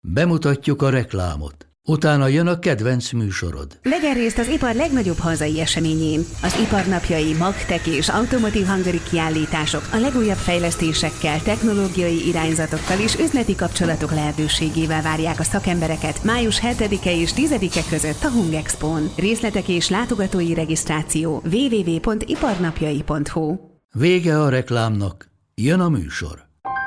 Bemutatjuk a reklámot. Utána jön a kedvenc műsorod. Vegyen részt az ipar legnagyobb hazai eseményén. Az iparnapjai, Magtech és Automotive Hungary kiállítások a legújabb fejlesztésekkel, technológiai irányzatokkal és üzleti kapcsolatok lehetőségével várják a szakembereket május 7-e és 10-e között a Hungexpón. Részletek és látogatói regisztráció www.iparnapjai.hu. Vége a reklámnak, jön a műsor.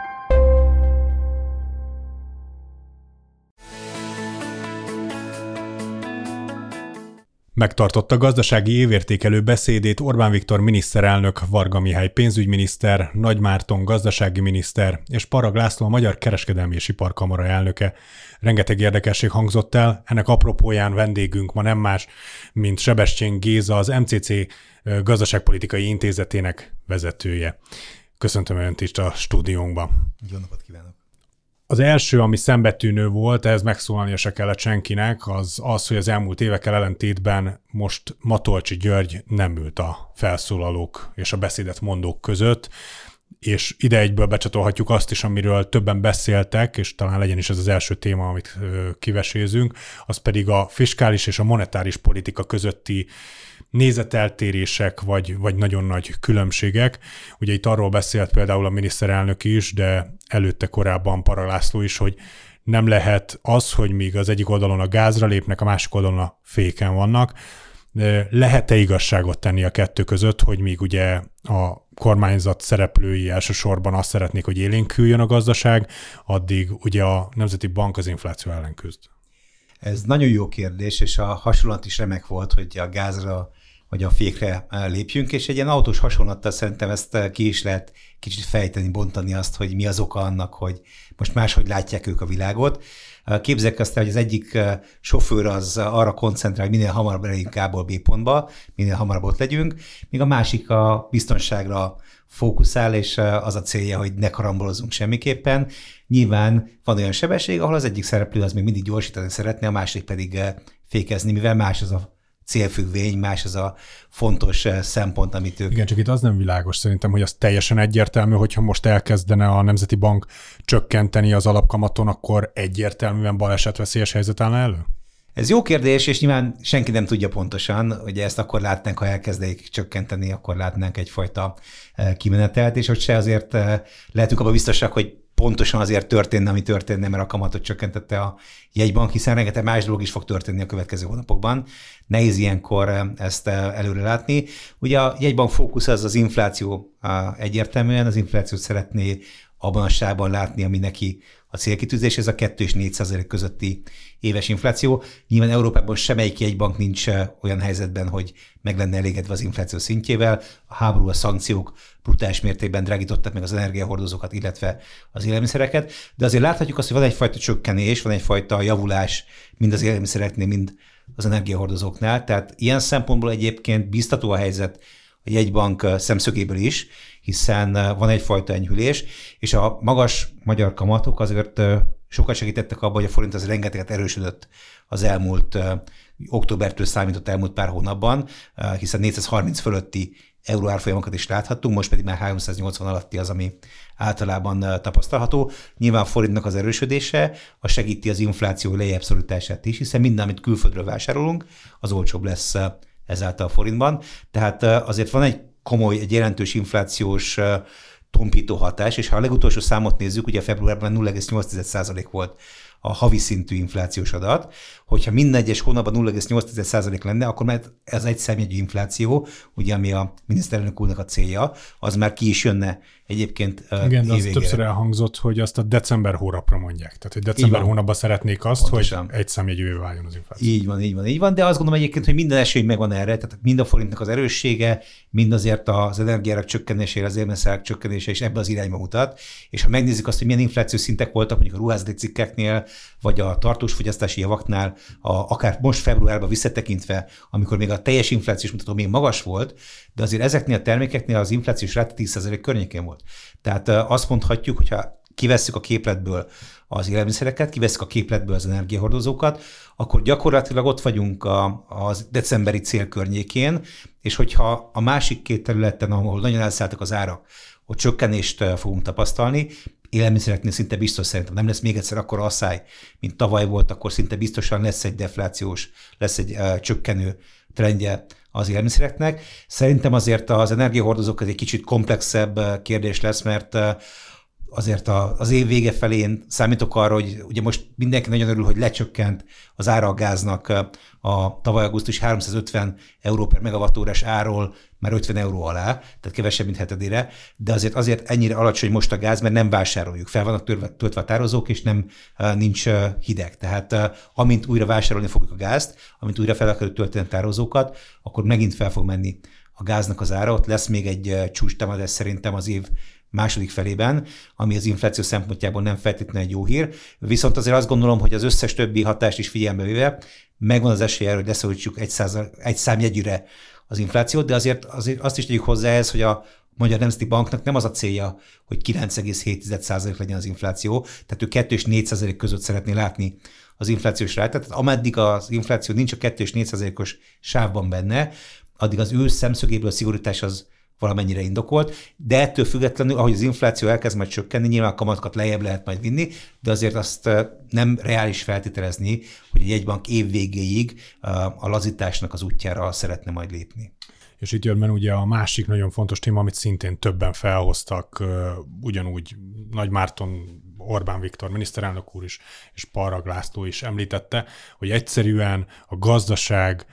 Megtartotta gazdasági évértékelő beszédét Orbán Viktor miniszterelnök, Varga Mihály pénzügyminiszter, Nagy Márton gazdasági miniszter és Parag László a Magyar Kereskedelmi és Iparkamara elnöke. Rengeteg érdekesség hangzott el, ennek apropóján vendégünk ma nem más, mint Sebestyén Géza, az MCC Gazdaságpolitikai Intézetének vezetője. Köszöntöm Önt is a stúdiónkban. Jó napot kívánok! Az első, ami szembetűnő volt, ehhez megszólalnia se kellett senkinek, az, hogy az elmúlt évekkel ellentétben most Matolcsy György nem ült a felszólalók és a beszédet mondók között, és ide egyből becsatolhatjuk azt is, amiről többen beszéltek, és talán legyen is ez az első téma, amit kivesézünk, az pedig a fiskális és a monetáris politika közötti nézeteltérések, vagy nagyon nagy különbségek. Ugye itt arról beszélt például a miniszterelnök is, de előtte korábban Parag László is, hogy nem lehet az, hogy míg az egyik oldalon a gázra lépnek, a másik oldalon a féken vannak. Lehet-e igazságot tenni a kettő között, hogy míg ugye a kormányzat szereplői elsősorban azt szeretnék, hogy élénküljön a gazdaság, addig ugye a Nemzeti Bank az infláció ellen küzd? Ez nagyon jó kérdés, és a hasonlat is remek volt, hogy a gázra vagy a fékre lépjünk, és egy ilyen autós hasonlattal szerintem ezt ki is lehet kicsit fejteni, bontani azt, hogy mi az oka annak, hogy most máshogy látják ők a világot. Képzeljük azt el, hogy az egyik sofőr az arra koncentrál, hogy minél hamarabb elérjünk A-ból B pontba, minél hamarabb ott legyünk, míg a másik a biztonságra fókuszál, és az a célja, hogy ne karambolozzunk semmiképpen. Nyilván van olyan sebesség, ahol az egyik szereplő az még mindig gyorsítani szeretné, a másik pedig fékezni, mivel más az a célfüggvény, más az a fontos szempont, amit ők... Igen, csak itt az nem világos szerintem, hogy az teljesen egyértelmű, hogyha most elkezdene a Nemzeti Bank csökkenteni az alapkamaton, akkor egyértelműen balesetveszélyes helyzet állna elő? Ez jó kérdés, és nyilván senki nem tudja pontosan, hogy ezt akkor látnánk, ha elkezdeik csökkenteni, akkor látnánk egyfajta kimenetelt, és hogy se azért lehetünk abban biztosak, hogy pontosan azért történne, ami történne, mert a kamatot csökkentette a jegybank, hiszen rengeteg más dolog is fog történni a következő hónapokban. Nehéz ilyenkor ezt előre látni. Ugye a jegybank fókusz az infláció egyértelműen, az inflációt szeretné abban a sávban látni, ami neki a célkitűzés, ez a 2 és 4% közötti éves infláció. Nyilván Európában semmelyik jegybank nincs olyan helyzetben, hogy meg lenne elégedve az infláció szintjével. A háború, a szankciók brutális mértékben drágítottak meg az energiahordozókat, illetve az élelmiszereket, de azért láthatjuk azt, hogy van egyfajta csökkenés, van egyfajta javulás mind az élelmiszereknél, mind az energiahordozóknál. Tehát ilyen szempontból egyébként biztató a helyzet a jegybank szemszögéből is, hiszen van egyfajta enyhülés, és a magas magyar kamatok azért sokat segítettek abban, hogy a forint az rengeteget erősödött az elmúlt októbertől számított elmúlt pár hónapban, hiszen 430 fölötti euró árfolyamokat is láthattunk, most pedig már 380 alatti az, ami általában tapasztalható. Nyilván a forintnak az erősödése az segíti az infláció lejjebb szorítását is, hiszen minden, amit külföldről vásárolunk, az olcsóbb lesz ezáltal a forintban. Tehát azért van egy komoly, egy jelentős inflációs tompító hatás, és ha a legutolsó számot nézzük, ugye februárban 0,8% volt a havi szintű inflációs adat, hogyha minden egyes hónapban 0,8% lenne, akkor már ez egy számjegyű infláció, ugye ami a miniszterelnök úrnak a célja, az már ki is jönne egyébként igen, de az többször elhangzott, hogy azt a december hónapra mondják. Tehát, hogy december hónapban szeretnék azt, pontosan, hogy egy számjegyűvé váljon az infláció. Így van, de azt gondolom egyébként, hogy minden esély megvan erre, tehát mind a forintnak az erőssége, mind azért az energiárak csökkenésére, az élelmiszerek csökkenése is ebbe az irányba mutat, és ha megnézzük azt, hogy milyen inflációs szintek voltak mondjuk a ruházati cikkeknél, vagy a tartós fogyasztási javaknál, akár most februárban visszatekintve, amikor még a teljes inflációs mutató még magas volt, de azért ezeknél a termékeknél az inflációs ráta 10% környékén volt. Tehát azt mondhatjuk, hogyha kivesszük a képletből az élelmiszereket, kivesszük a képletből az energiahordozókat, akkor gyakorlatilag ott vagyunk a decemberi cél környékén, és hogyha a másik két területen, ahol nagyon elszálltak az árak, ott csökkenést fogunk tapasztalni, élelmiszereknél szinte biztos szerintem nem lesz még egyszer akkora asszály, mint tavaly volt, akkor szinte biztosan lesz egy deflációs, lesz egy csökkenő trendje az élelmiszereknek. Szerintem azért az energiahordozók ez egy kicsit komplexebb kérdés lesz, mert azért az év vége felén számítok arra, hogy ugye most mindenki nagyon örül, hogy lecsökkent az ára a gáznak a tavaly augusztus 350 euró per megawattórás árról már 50 euró alá, tehát kevesebb, mint hetedére, de azért ennyire alacsony most a gáz, mert nem vásároljuk. Fel vannak töltve a tározók, és nincs hideg. Tehát amint újra vásárolni fogjuk a gázt, amint újra fel akarjuk tölteni a tározókat, akkor megint fel fog menni a gáznak az ára. Ott lesz még egy csúcstámadás szerintem az év második felében, ami az infláció szempontjából nem feltétlenül egy jó hír. Viszont azért azt gondolom, hogy az összes többi hatást is figyelembe véve megvan az esélye, hogy leszorítsuk egy számjegyűre az inflációt, de azért azt is tegyük hozzá ehhez, hogy a Magyar Nemzeti Banknak nem az a célja, hogy 9,7% legyen az infláció, tehát ő 2 és 4% között szeretné látni az inflációs rátát. Tehát ameddig az infláció nincs a 2 és 4%-os sávban benne, addig az ő szemszögéből a szigorítás az valamennyire indokolt, de ettől függetlenül, ahogy az infláció elkezd majd csökkenni, nyilván a kamatokat lejjebb lehet majd vinni, de azért azt nem reális feltételezni, hogy egy jegybank év végéig a lazításnak az útjára szeretne majd lépni. És itt jön ugye a másik nagyon fontos téma, amit szintén többen felhoztak, ugyanúgy Nagy Márton, Orbán Viktor miniszterelnök úr is, és Parrag László is említette, hogy egyszerűen a gazdaság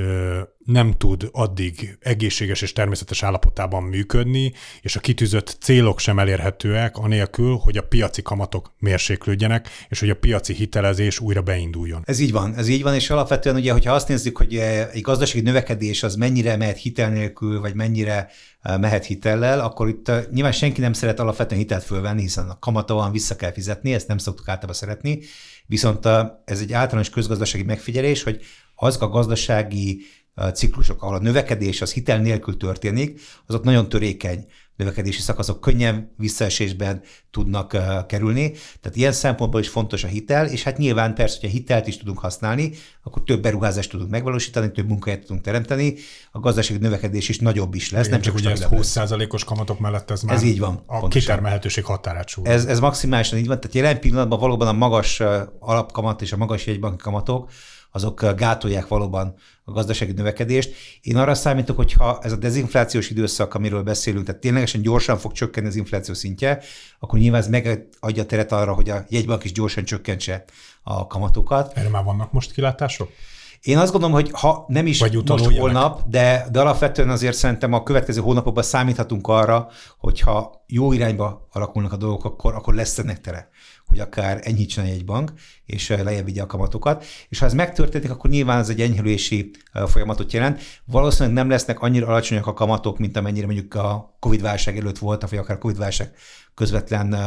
nem tud addig egészséges és természetes állapotában működni, és a kitűzött célok sem elérhetőek anélkül, hogy a piaci kamatok mérséklődjenek, és hogy a piaci hitelezés újra beinduljon. Ez így van, és alapvetően ugye, hogyha azt nézzük, hogy egy gazdasági növekedés az mennyire mehet hitel nélkül, vagy mennyire mehet hitellel, akkor itt nyilván senki nem szeret alapvetően hitelt fölvenni, hiszen a kamata van, vissza kell fizetni, ezt nem szoktuk általában szeretni, viszont ez egy általános közgazdasági megfigyelés, hogy azok a gazdasági ciklusok, ahol a növekedés az hitel nélkül történik, azok nagyon törékeny növekedési szakaszok, könnyen visszaesésben tudnak kerülni. Tehát ilyen szempontból is fontos a hitel, és hát nyilván persze, hogyha hitelt is tudunk használni, akkor több beruházást tudunk megvalósítani, több munkahelyet tudunk teremteni, a gazdasági növekedés is nagyobb is lesz. Igen, nem csak ugye ez 20%-os kamatok mellett ez már így van, a kitermelhetőség határát súlyol. Ez maximálisan így van, tehát jelen pillanatban valóban a magas alapkamat és a magas jegybanki kamatok azok gátolják valóban a gazdasági növekedést. Én arra számítok, hogy ha ez a dezinflációs időszak, amiről beszélünk, tehát ténylegesen gyorsan fog csökkenni az infláció szintje, akkor nyilván ez megadja teret arra, hogy a jegybank is gyorsan csökkentse a kamatokat. Erre már vannak most kilátások? Én azt gondolom, hogy ha nem is most holnap, de alapvetően azért szerintem a következő hónapokban számíthatunk arra, hogyha jó irányba alakulnak a dolgok, akkor lesz ennek tere, hogy akár enyhítsen a jegybank, és lejjebb vigye a kamatokat. És ha ez megtörténik, akkor nyilván ez egy enyhülési folyamatot jelent. Valószínűleg nem lesznek annyira alacsonyak a kamatok, mint amennyire mondjuk a Covid-válság előtt voltak, vagy akár a Covid-válság közvetlen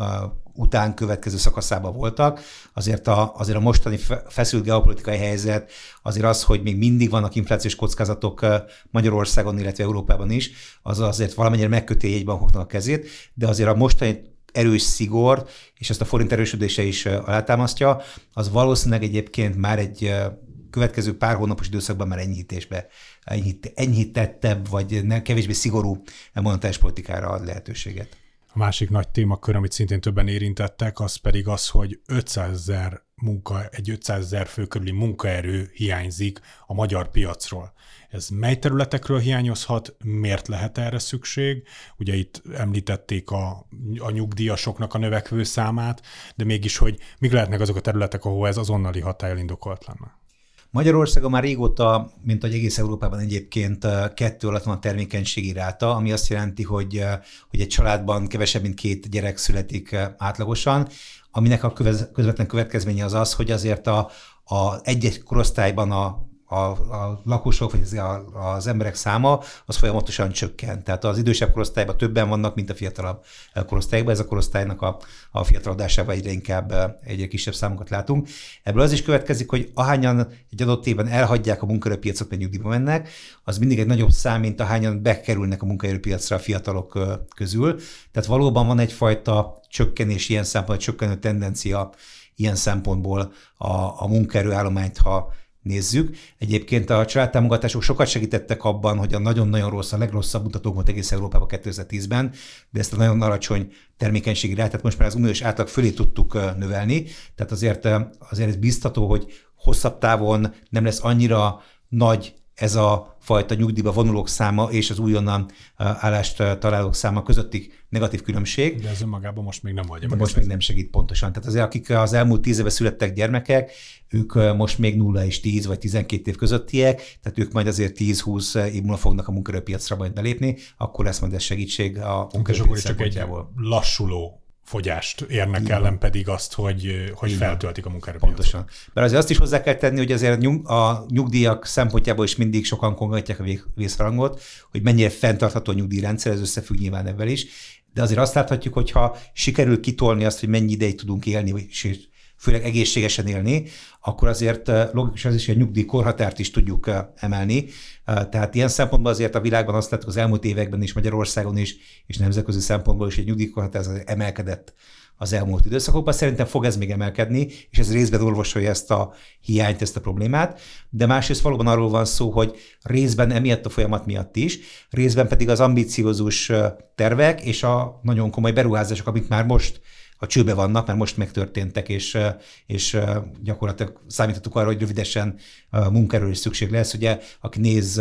után következő szakaszában voltak. Azért a mostani feszült geopolitikai helyzet, azért az, hogy még mindig vannak inflációs kockázatok Magyarországon, illetve Európában is, az azért valamennyire megköti a jegybankoknak a kezét, de azért a mostani erős szigor, és ezt a forint erősödése is alátámasztja, az valószínűleg egyébként már egy következő pár hónapos időszakban már enyhítettebb, vagy kevésbé szigorú monetáris politikára ad lehetőséget. A másik nagy témakör, amit szintén többen érintettek, az pedig az, hogy 500 000 fő körüli munkaerő hiányzik a magyar piacról. Ez mely területekről hiányozhat, miért lehet erre szükség? Ugye itt említették a nyugdíjasoknak a növekvő számát, de mégis, hogy mik lehetnek azok a területek, ahol ez azonnali hatállyal indokolt lenne? Magyarországon már régóta, mint ahogy egész Európában egyébként 2 alatt van a termékenységi ráta, ami azt jelenti, hogy egy családban kevesebb, mint 2 gyerek születik átlagosan, aminek a közvetlen következménye az, hogy azért egy-egy korosztályban a lakosok, vagy az emberek száma, az folyamatosan csökken. Tehát az idősebb korosztályban többen vannak, mint a fiatalabb korosztályban. Ez a korosztálynak a fiatalodásában egyre kisebb számokat látunk. Ebből az is következik, hogy ahányan egy adott évben elhagyják a munkaerőpiacot, mert nyugdíjba mennek, az mindig egy nagyobb szám, mint ahányan bekerülnek a munkaerőpiacra a fiatalok közül. Tehát valóban van egyfajta csökkenés, ilyen szempontból csökkenő tendencia ilyen szempontból a munkaerőállományt, ha nézzük. Egyébként a családtámogatások sokat segítettek abban, hogy a nagyon-nagyon rossz, a legrosszabb mutatók volt egész Európában 2010-ben, de ezt a nagyon alacsony termékenységi rátát most már az uniós átlag fölé tudtuk növelni. Tehát azért ez biztató, hogy hosszabb távon nem lesz annyira nagy ez a fajta nyugdíjba vonulók száma és az újonnan állást találók száma közötti negatív különbség. De ez önmagában most még nem oldja meg. Most még nem segít pontosan. Tehát azért, akik az elmúlt 10 évben születtek gyermekek, ők most még 0 és 10 vagy 12 év közöttiek, tehát ők majd azért 10-20 év múlva fognak a munkaerőpiacra majd belépni, akkor lesz majd ez segítség a munkaerőpiac szempontjából. Csak egy lassuló fogyást érnek ellen pedig azt, hogy feltöltik a munkaerőpiacot. Pontosan. Mert azért azt is hozzá kell tenni, hogy azért a nyugdíjak szempontjából is mindig sokan kongatják a vészharangot, hogy mennyire fenntartható a nyugdíjrendszer, ez összefügg nyilván ebben is, de azért azt láthatjuk, hogy ha sikerül kitolni azt, hogy mennyi ideig tudunk élni, és főleg egészségesen élni, akkor azért logikus az is, hogy a nyugdíjkorhatárt is tudjuk emelni. Tehát ilyen szempontból azért a világban azt láttuk az elmúlt években is, Magyarországon is, és nemzetközi szempontból is, hogy a nyugdíjkorhatár emelkedett az elmúlt időszakokban. Szerintem fog ez még emelkedni, és ez részben orvosolja ezt a hiányt, ezt a problémát, de másrészt valóban arról van szó, hogy részben emiatt a folyamat miatt is, részben pedig az ambiciózus tervek és a nagyon komoly beruházások, amik már most a csőbe vannak, mert most megtörténtek, és gyakorlatilag számítottuk arra, hogy rövidesen munkaerőre is szükség lesz. Ugye, aki néz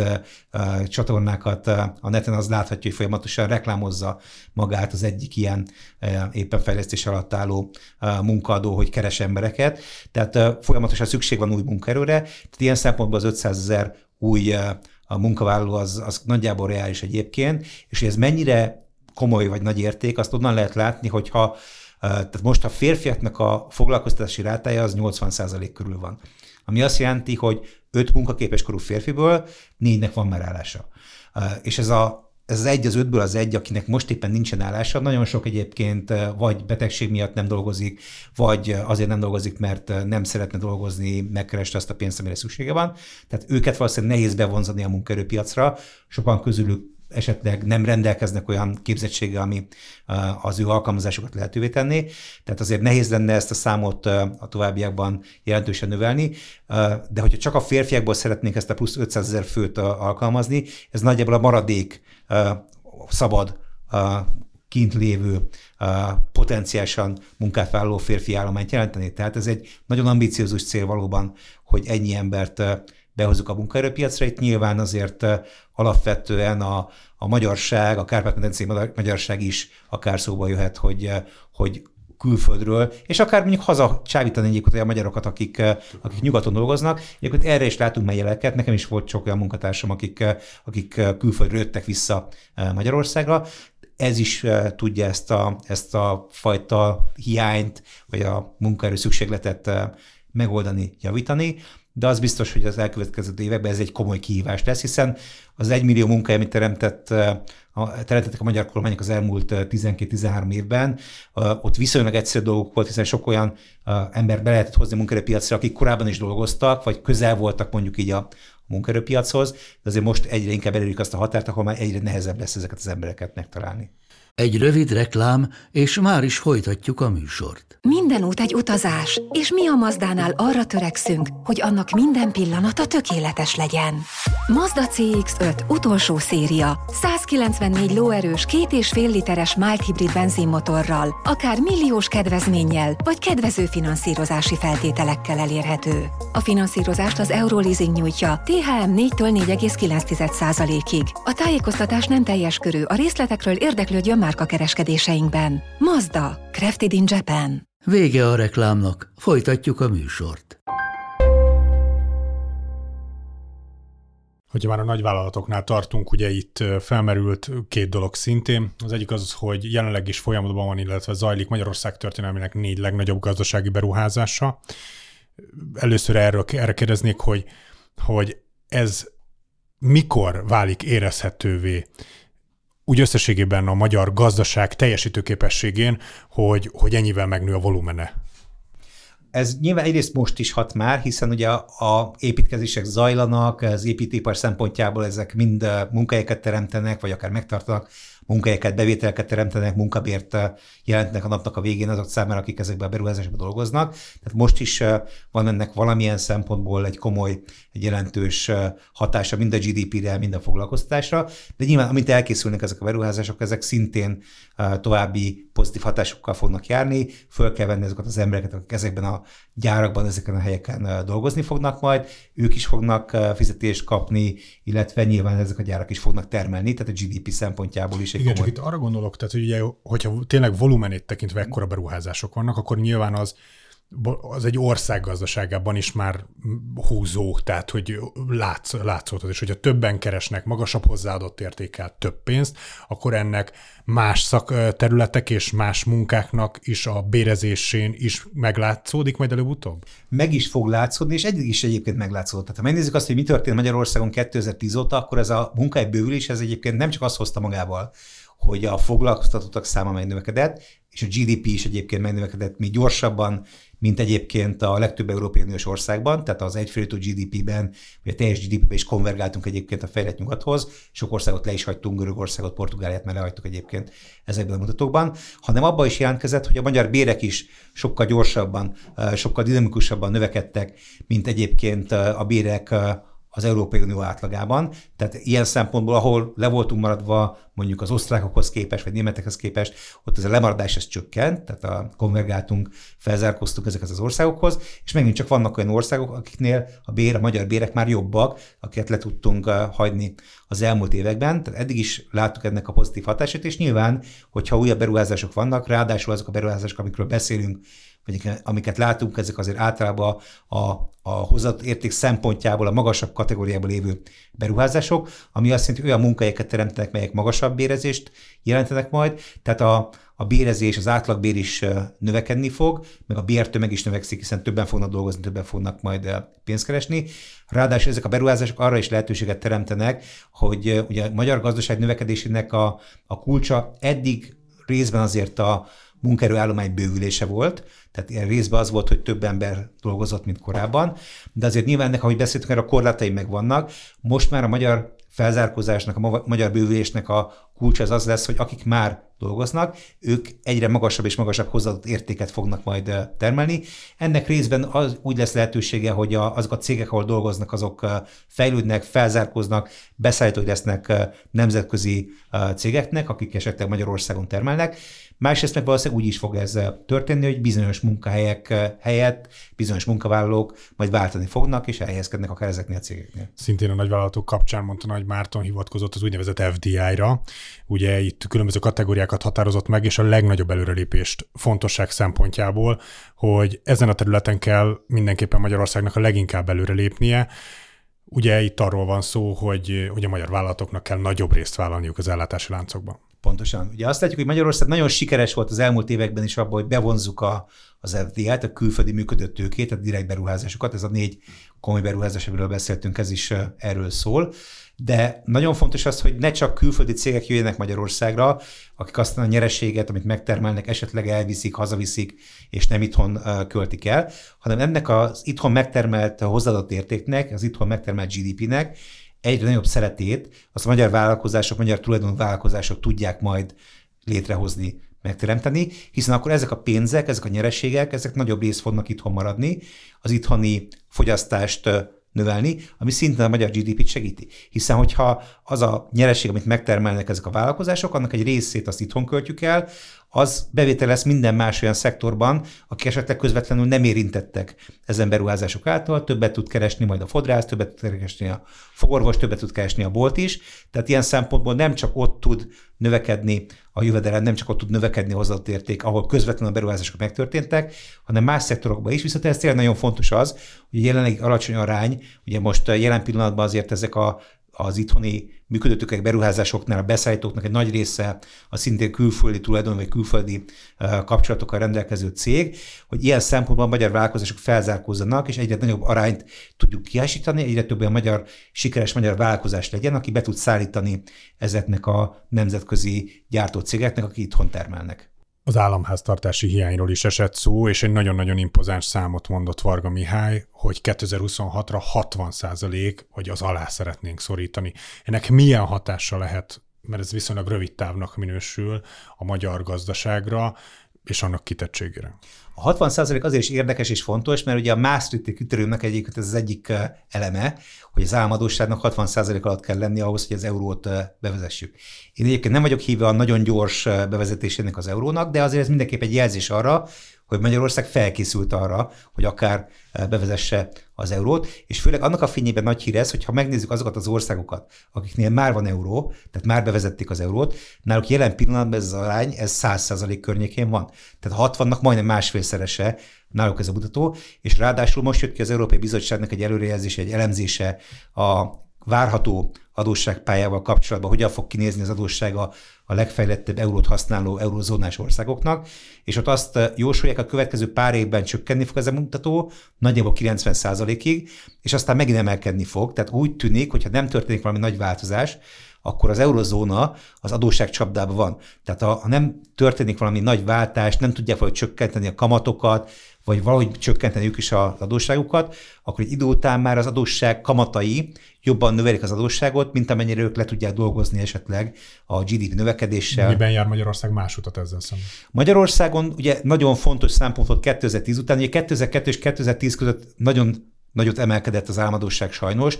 csatornákat a neten, az láthatja, hogy folyamatosan reklámozza magát az egyik ilyen éppen fejlesztés alatt álló munkaadó, hogy keres embereket. Tehát folyamatosan szükség van új munkaerőre. Tehát ilyen szempontból az 500 000 új a munkavállaló az nagyjából reális egyébként, és hogy ez mennyire komoly vagy nagy érték, azt onnan lehet látni, hogyha tehát most a férfiaknak a foglalkoztatási rátája az 80% körül van. Ami azt jelenti, hogy 5 munkaképes korú férfiből 4-nek van már állása. És ez az 1 az 5-ből az 1, akinek most éppen nincsen állása, nagyon sok egyébként vagy betegség miatt nem dolgozik, vagy azért nem dolgozik, mert nem szeretne dolgozni, megkereste azt a pénzt, amire szüksége van. Tehát őket valószínűleg nehéz bevonzani a munkaerőpiacra. Sokan közülük esetleg nem rendelkeznek olyan képzettséggel, ami az ő alkalmazásokat lehetővé tenni. Tehát azért nehéz lenne ezt a számot a továbbiakban jelentősen növelni, de hogyha csak a férfiakból szeretnénk ezt a plusz 500 000 főt alkalmazni, ez nagyjából a maradék szabad kint lévő potenciálisan munkát vállaló férfi állományt jelenteni. Tehát ez egy nagyon ambiciózus cél valóban, hogy ennyi embert behozzuk a munkaerőpiacra. Itt nyilván azért alapvetően a magyarság, a Kárpát-medencei magyarság is akár szóba jöhet, hogy külföldről, és akár mondjuk haza csábítani egyébként olyan magyarokat, akik nyugaton dolgoznak. Egyébként erre is látunk már jeleket. Nekem is volt sok olyan munkatársam, akik külföldről jöttek vissza Magyarországra. Ez is tudja ezt a fajta hiányt, vagy a munkaerő szükségletet megoldani, javítani, de az biztos, hogy az elkövetkező években ez egy komoly kihívás lesz, hiszen az 1 millió munkahely, amit teremtettek a magyar kormányok az elmúlt 12-13 évben, ott viszonylag egyszerű dolgok volt, hiszen sok olyan ember be lehetett hozni a munkaerőpiacra, akik korábban is dolgoztak, vagy közel voltak mondjuk így a munkaerőpiachoz, de azért most egyre inkább elérjük azt a határt, ahol már egyre nehezebb lesz ezeket az embereket megtalálni. Egy rövid reklám, és már is folytatjuk a műsort. Minden út egy utazás, és mi a Mazdánál arra törekszünk, hogy annak minden pillanata tökéletes legyen. Mazda CX-5 utolsó széria. 194 lóerős, 2,5 literes mild hibrid benzinmotorral, akár milliós kedvezménnyel, vagy kedvező finanszírozási feltételekkel elérhető. A finanszírozást az Euroleasing nyújtja, THM 4-től 4,9%-ig. A tájékoztatás nem teljes körű, a részletekről érdeklődjön márkakereskedéseinkben. Mazda. Crafted in Japan. Vége a reklámnak, folytatjuk a műsort. Hogyha már a nagyvállalatoknál tartunk, ugye itt felmerült 2 dolog szintén. Az egyik az, hogy jelenleg is folyamatban van, illetve zajlik Magyarország történelmének 4 legnagyobb gazdasági beruházása. Először erre kérdeznék, hogy ez mikor válik érezhetővé úgy összességében a magyar gazdaság teljesítőképességén, hogy ennyivel megnő a volumene? Ez nyilván egyrészt most is hat már, hiszen ugye a építkezések zajlanak, az építőipar szempontjából ezek mind munkahelyeket teremtenek, vagy akár megtartanak munkahelyeket, bevételeket teremtenek, munkabért jelentenek a napnak a végén azok számára, akik ezekben a beruházásokban dolgoznak. Tehát most is van ennek valamilyen szempontból egy komoly, egy jelentős hatása mind a GDP-re, mind a foglalkoztatásra, de nyilván amint elkészülnek ezek a beruházások, ezek szintén további pozitív hatásokkal fognak járni, föl kell venni azokat az embereket, akik ezekben a gyárakban, ezeken a helyeken dolgozni fognak majd, ők is fognak fizetést kapni, illetve nyilván ezek a gyárak is fognak termelni, tehát a GDP szempontjából is egy igen, komoly... csak itt arra gondolok, tehát hogy ugye, hogyha tényleg volumenét tekintve ekkora beruházások vannak, akkor nyilván az egy ország gazdaságában is már húzó, tehát hogy látszódhat, és hogyha többen keresnek magasabb hozzáadott értékkel több pénzt, akkor ennek más szakterületek és más munkáknak is a bérezésén is meglátszódik majd előbb-utóbb? Meg is fog látszódni, és eddig is egyébként meglátszódott. Tehát ha megnézzük azt, hogy mi történt Magyarországon 2010 óta, akkor ez a munkahelybővülés, ez egyébként nem csak azt hozta magával, hogy a foglalkoztatottak száma megnövekedett, és a GDP is egyébként megnövekedett még gyorsabban, mint egyébként a legtöbb Európai Uniós országban, tehát az egyfőjutó GDP-ben, vagy a teljes GDP-ben is konvergáltunk egyébként a fejlett nyugathoz, sok országot le is hagytunk, Görögországot, Portugáliát már lehagytuk egyébként ezekben a mutatókban, hanem abban is jelentkezett, hogy a magyar bérek is sokkal gyorsabban, sokkal dinamikusabban növekedtek, mint egyébként a bérek az Európai Unió átlagában. Tehát ilyen szempontból, ahol le voltunk maradva mondjuk az osztrákokhoz képest, vagy németekhez képest, ott ez a lemaradás ez csökkent, tehát konvergáltunk, felzárkóztunk ezeket az országokhoz, és megint csak vannak olyan országok, akiknél a magyar bérek már jobbak, akiket le tudtunk hagyni az elmúlt években. Tehát eddig is láttuk ennek a pozitív hatását, és nyilván, hogyha újabb beruházások vannak, ráadásul azok a beruházások, amikről beszélünk, vagy amiket látunk, ezek azért általában a hozzáadott érték szempontjából a magasabb kategóriában lévő beruházások, ami azt jelenti, hogy olyan munkahelyeket teremtenek, melyek magasabb bérezést jelentenek majd, tehát a bérezés, az átlagbér is növekedni fog, meg a bértömeg is növekszik, hiszen többen fognak dolgozni, többen fognak majd pénzt keresni. Ráadásul ezek a beruházások arra is lehetőséget teremtenek, hogy ugye a magyar gazdaság növekedésének a kulcsa eddig részben azért a munkaerőállomány bővülése volt, tehát ilyen részben az volt, hogy több ember dolgozott, mint korábban, de azért nyilván ennek, ahogy beszéltünk, erre a korlátai megvannak. Most már a magyar felzárkózásnak, a magyar bővülésnek a kulcsa az lesz, hogy akik már dolgoznak, ők egyre magasabb és magasabb hozzáadott értéket fognak majd termelni. Ennek részben úgy lesz lehetősége, hogy azok a cégek, ahol dolgoznak, azok fejlődnek, felzárkóznak, beszállítói lesznek nemzetközi cégeknek, akik esetleg Magyarországon termelnek. Másrészt meg valószínűleg úgy is fog ez történni, hogy bizonyos munkahelyek helyett bizonyos munkavállalók majd váltani fognak, és elhelyezkednek akár ezeknél a cégeknél. Szintén a nagyvállalatok kapcsán mondta Nagy Márton hivatkozott az úgynevezett FDI-ra. Ugye itt különböző kategóriákat határozott meg, és a legnagyobb előrelépést fontosság szempontjából, hogy ezen a területen kell mindenképpen Magyarországnak a leginkább előrelépnie. Ugye itt arról van szó, hogy a magyar vállalatoknak kell nagyobb részt vállalniuk az ellátási láncokban. Pontosan. Ugye azt látjuk, hogy Magyarország nagyon sikeres volt az elmúlt években is abban, hogy bevonzzuk az FDI-t, a külföldi működő tőkét, a direkt beruházásokat. Ez a 4 komoly beruházás, amiről beszéltünk, ez is erről szól. De nagyon fontos az, hogy ne csak külföldi cégek jöjjenek Magyarországra, akik aztán a nyereséget, amit megtermelnek, esetleg elviszik, hazaviszik, és nem itthon költik el, hanem ennek az itthon megtermelt hozzáadott értéknek, az itthon megtermelt GDP-nek egyre nagyobb szeretét azt a magyar vállalkozások, magyar tulajdonú vállalkozások tudják majd létrehozni, megteremteni, hiszen akkor ezek a pénzek, ezek a nyereségek, ezek nagyobb részt fognak itthon maradni, az itthoni fogyasztást növelni, ami szintén a magyar GDP-t segíti. Hiszen, hogyha az a nyereség, amit megtermelnek ezek a vállalkozások, annak egy részét azt itthon költjük el, az bevétel lesz minden más olyan szektorban, akik esetleg közvetlenül nem érintettek ezen beruházások által, többet tud keresni majd a fodrász, többet tud keresni a fogorvos, többet tud keresni a bolt is. Tehát ilyen szempontból nem csak ott tud növekedni a jövedelem, nem csak ott tud növekedni a hozzáadott érték, ahol közvetlenül a beruházások megtörténtek, hanem más szektorokban is. Viszont ez tényleg nagyon fontos az, hogy jelenleg alacsony arány, ugye most jelen pillanatban azért ezek az itthoni működőtőkek beruházásoknál a beszállítóknak egy nagy része a szintén külföldi tulajdon vagy külföldi kapcsolatokkal rendelkező cég, hogy ilyen szempontból a magyar vállalkozások felzárkózzanak, és egyre nagyobb arányt tudjuk kiásítani, egyre több olyan sikeres magyar vállalkozás legyen, aki be tud szállítani ezeknek a nemzetközi gyártócégeknek, akik itthon termelnek. Az államháztartási hiányról is esett szó, és egy nagyon-nagyon impozáns számot mondott Varga Mihály, hogy 2026-ra 60% vagy az alá szeretnénk szorítani. Ennek milyen hatása lehet, mert ez viszonylag rövid távnak minősül a magyar gazdaságra és annak kitettségére? A 60% azért is érdekes és fontos, mert ugye a Maastrichti kritériumnak egyébként ez az egyik eleme, hogy az államadósságnak 60% alatt kell lenni ahhoz, hogy az eurót bevezessük. Én egyébként nem vagyok híve a nagyon gyors bevezetésének az eurónak, de azért ez mindenképp egy jelzés arra, hogy Magyarország felkészült arra, hogy akár bevezesse az eurót, és főleg annak a fényében nagy hír ez, hogy ha megnézzük azokat az országokat, akiknél már van euró, tehát már bevezették az eurót, náluk jelen pillanatban ez az arány, ez 100% környékén van. Tehát 60-nak majdnem másfélszerese náluk ez a mutató, és ráadásul most jött ki az Európai Bizottságnak egy előrejelzése, egy elemzése a várható adósságpályával kapcsolatban, hogyan fog kinézni az adósság a legfejlettebb eurót használó eurozónás országoknak, és ott azt jósolják, a következő pár évben csökkenni fog ez a mutató, nagyjából 90%-ig, és aztán megint emelkedni fog. Tehát úgy tűnik, hogy ha nem történik valami nagy változás, akkor az eurozóna az adósságcsapdában van. Tehát ha nem történik valami nagy váltás, nem tudják valahogy csökkenteni a kamatokat, vagy valahogy csökkenteni ők is az adósságukat, akkor egy idő után már az adósság kamatai jobban növelik az adósságot, mint amennyire ők le tudják dolgozni esetleg a GDP növekedéssel. Miben jár Magyarország más utat ezzel szemben? Magyarországon ugye nagyon fontos szempont volt 2010 után, ugye 2002 és 2010 között nagyon nagyot emelkedett az államadósság sajnos,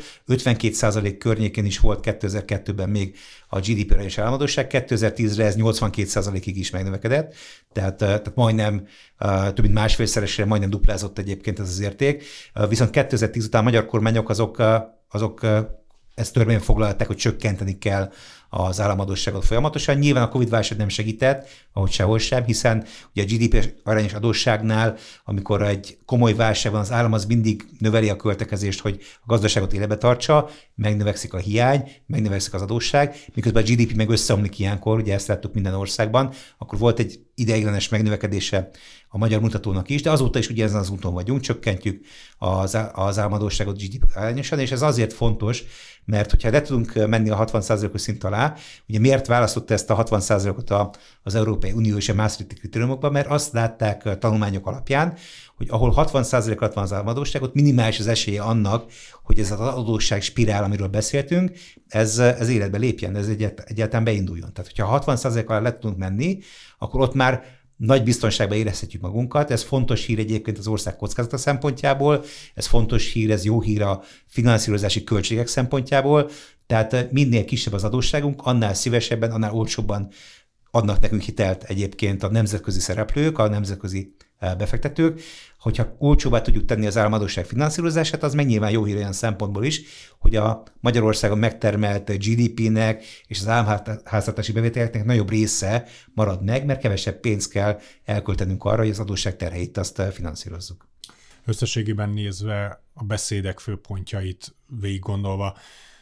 52% környékén is volt 2002-ben még a GDP-re és államadósság, 2010-re ez 82%-ig is megnövekedett, tehát majdnem több mint másfélszeresre, majdnem duplázott egyébként ez az érték. Viszont 2010 után a magyar kormányok azok ezt törvényben foglalták, hogy csökkenteni kell az államadósságot folyamatosan. Nyilván a Covid-válság nem segített, ahogy sehol sem, hiszen ugye a GDP arányos adósságnál, amikor egy komoly válság van, az állam az mindig növeli a költekezést, hogy a gazdaságot életbe tartsa, megnövekszik a hiány, megnövekszik az adósság, miközben a GDP meg összeomlik ilyenkor, ugye ezt láttuk minden országban, akkor volt egy ideiglenes megnövekedése a magyar mutatónak is, de azóta is ugye ezen az úton vagyunk, csökkentjük az államadósságot GDP arányosan, és ez azért fontos, mert hogyha le tudunk menni a 60%-os szint alá, ugye miért választotta ezt a 60%-ot az Európai Unió és a Maastrichti kritériumokban, mert azt látták tanulmányok alapján, hogy ahol 60% alatt van az államadósságot, minimális az esélye annak, hogy ez az adósság spirál, amiről beszéltünk, ez életbe lépjen, ez egyáltalán beinduljon. Tehát, hogyha 60% alá le tudunk menni, akkor ott már nagy biztonságban érezhetjük magunkat. Ez fontos hír egyébként az ország kockázata szempontjából, ez fontos hír, ez jó hír a finanszírozási költségek szempontjából, tehát minél kisebb az adósságunk, annál szívesebben, annál olcsóbban adnak nekünk hitelt egyébként a nemzetközi szereplők, a nemzetközi befektetők. Hogyha olcsóbbá tudjuk tenni az államadósság finanszírozását, az meg nyilván jó hír olyan szempontból is, hogy a Magyarországon megtermelt GDP-nek és az államháztartási bevételeknek nagyobb része marad meg, mert kevesebb pénzt kell elköltenünk arra, hogy az adósság terheit azt finanszírozzuk. Összességében nézve a beszédek főpontjait végig gondolva,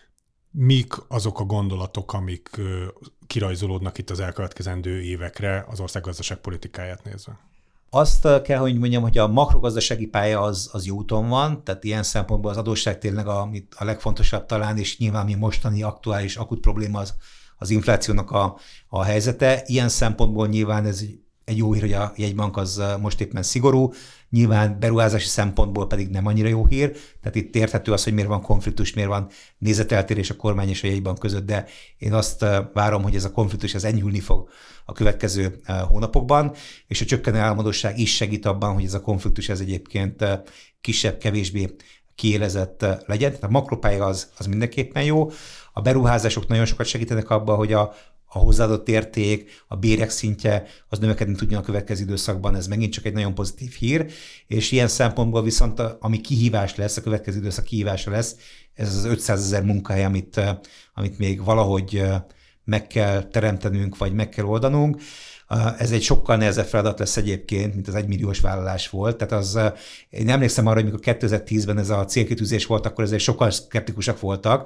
mik azok a gondolatok, amik kirajzolódnak itt az elkövetkezendő évekre az ország gazdaságpolitikáját nézve? Azt kell, hogy mondjam, hogy a makrogazdasági pálya az jó úton van, tehát ilyen szempontból az adósság tényleg a legfontosabb talán, és nyilván mi mostani aktuális akut probléma az inflációnak a helyzete. Ilyen szempontból nyilván ez egy jó hír, hogy a jegybank az most éppen szigorú, nyilván beruházási szempontból pedig nem annyira jó hír, tehát itt érthető az, hogy miért van konfliktus, miért van nézeteltérés a kormány és a jegybank között, de én azt várom, hogy ez a konfliktus ez enyhülni fog a következő hónapokban, és a csökkenő államadósság is segít abban, hogy ez a konfliktus ez egyébként kisebb, kevésbé kiélezett legyen. Tehát a makropálya az mindenképpen jó. A beruházások nagyon sokat segítenek abban, hogy a hozzáadott érték, a bérek szintje, az növekedni tudjon a következő időszakban, ez megint csak egy nagyon pozitív hír, és ilyen szempontból viszont ami kihívás lesz, a következő időszak kihívása lesz, ez az 500 000 munkahely, amit még valahogy meg kell teremtenünk, vagy meg kell oldanunk. Ez egy sokkal nehezebb feladat lesz egyébként, mint az 1 milliós vállalás volt. Tehát én emlékszem arra, hogy mikor 2010-ben ez a célkitűzés volt, akkor ezért sokkal szkeptikusak voltak,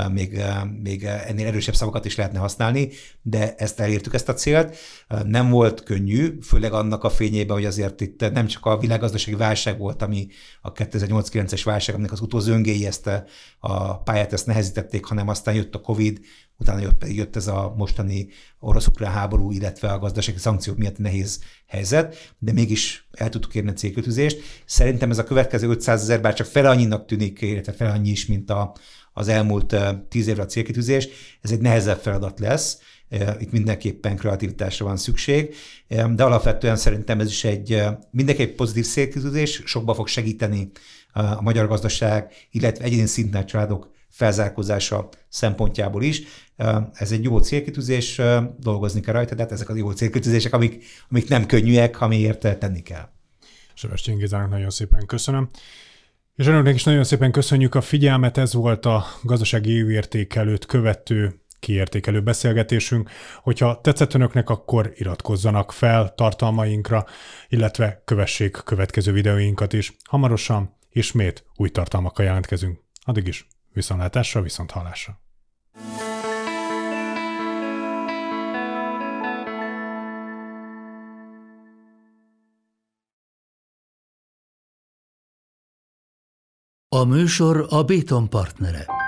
még ennél erősebb szavakat is lehetne használni, de elértük ezt a célt. Nem volt könnyű, főleg annak a fényében, hogy azért itt nem csak a világgazdasági válság volt, ami a 2008-9-es válság, aminek az utolzöngéi ezt a pályát ezt nehezítették, hanem aztán jött a Covid, utána jött ez a mostani orosz-ukrán háború, illetve a gazdasági szankciók miatt nehéz helyzet, de mégis el tudtuk érni a célkitűzést. Szerintem ez a következő 500 000, bár csak fele annyinak tűnik, illetve fele annyi is, mint az elmúlt 10 évre a célkitűzés, ez egy nehezebb feladat lesz. Itt mindenképpen kreativitásra van szükség, de alapvetően szerintem ez is mindenképp pozitív célkitűzés, sokba fog segíteni a magyar gazdaság, illetve egyéni szinten a családok felzárkózása szempontjából is. Ez egy jó célkitűzés, dolgozni kell rajta, de hát ezek az jó célkitűzések, amik nem könnyűek, amiért tenni kell. Sebestyén Gézának nagyon szépen köszönöm. És önöknek is nagyon szépen köszönjük a figyelmet, ez volt a gazdasági évértékelőt követő kiértékelő beszélgetésünk. Hogyha tetszett önöknek, akkor iratkozzanak fel tartalmainkra, illetve kövessék következő videóinkat is. Hamarosan ismét új tartalmakkal jelentkezünk. Addig is viszontlátásra, viszonthallásra. A műsor a Béton partnere.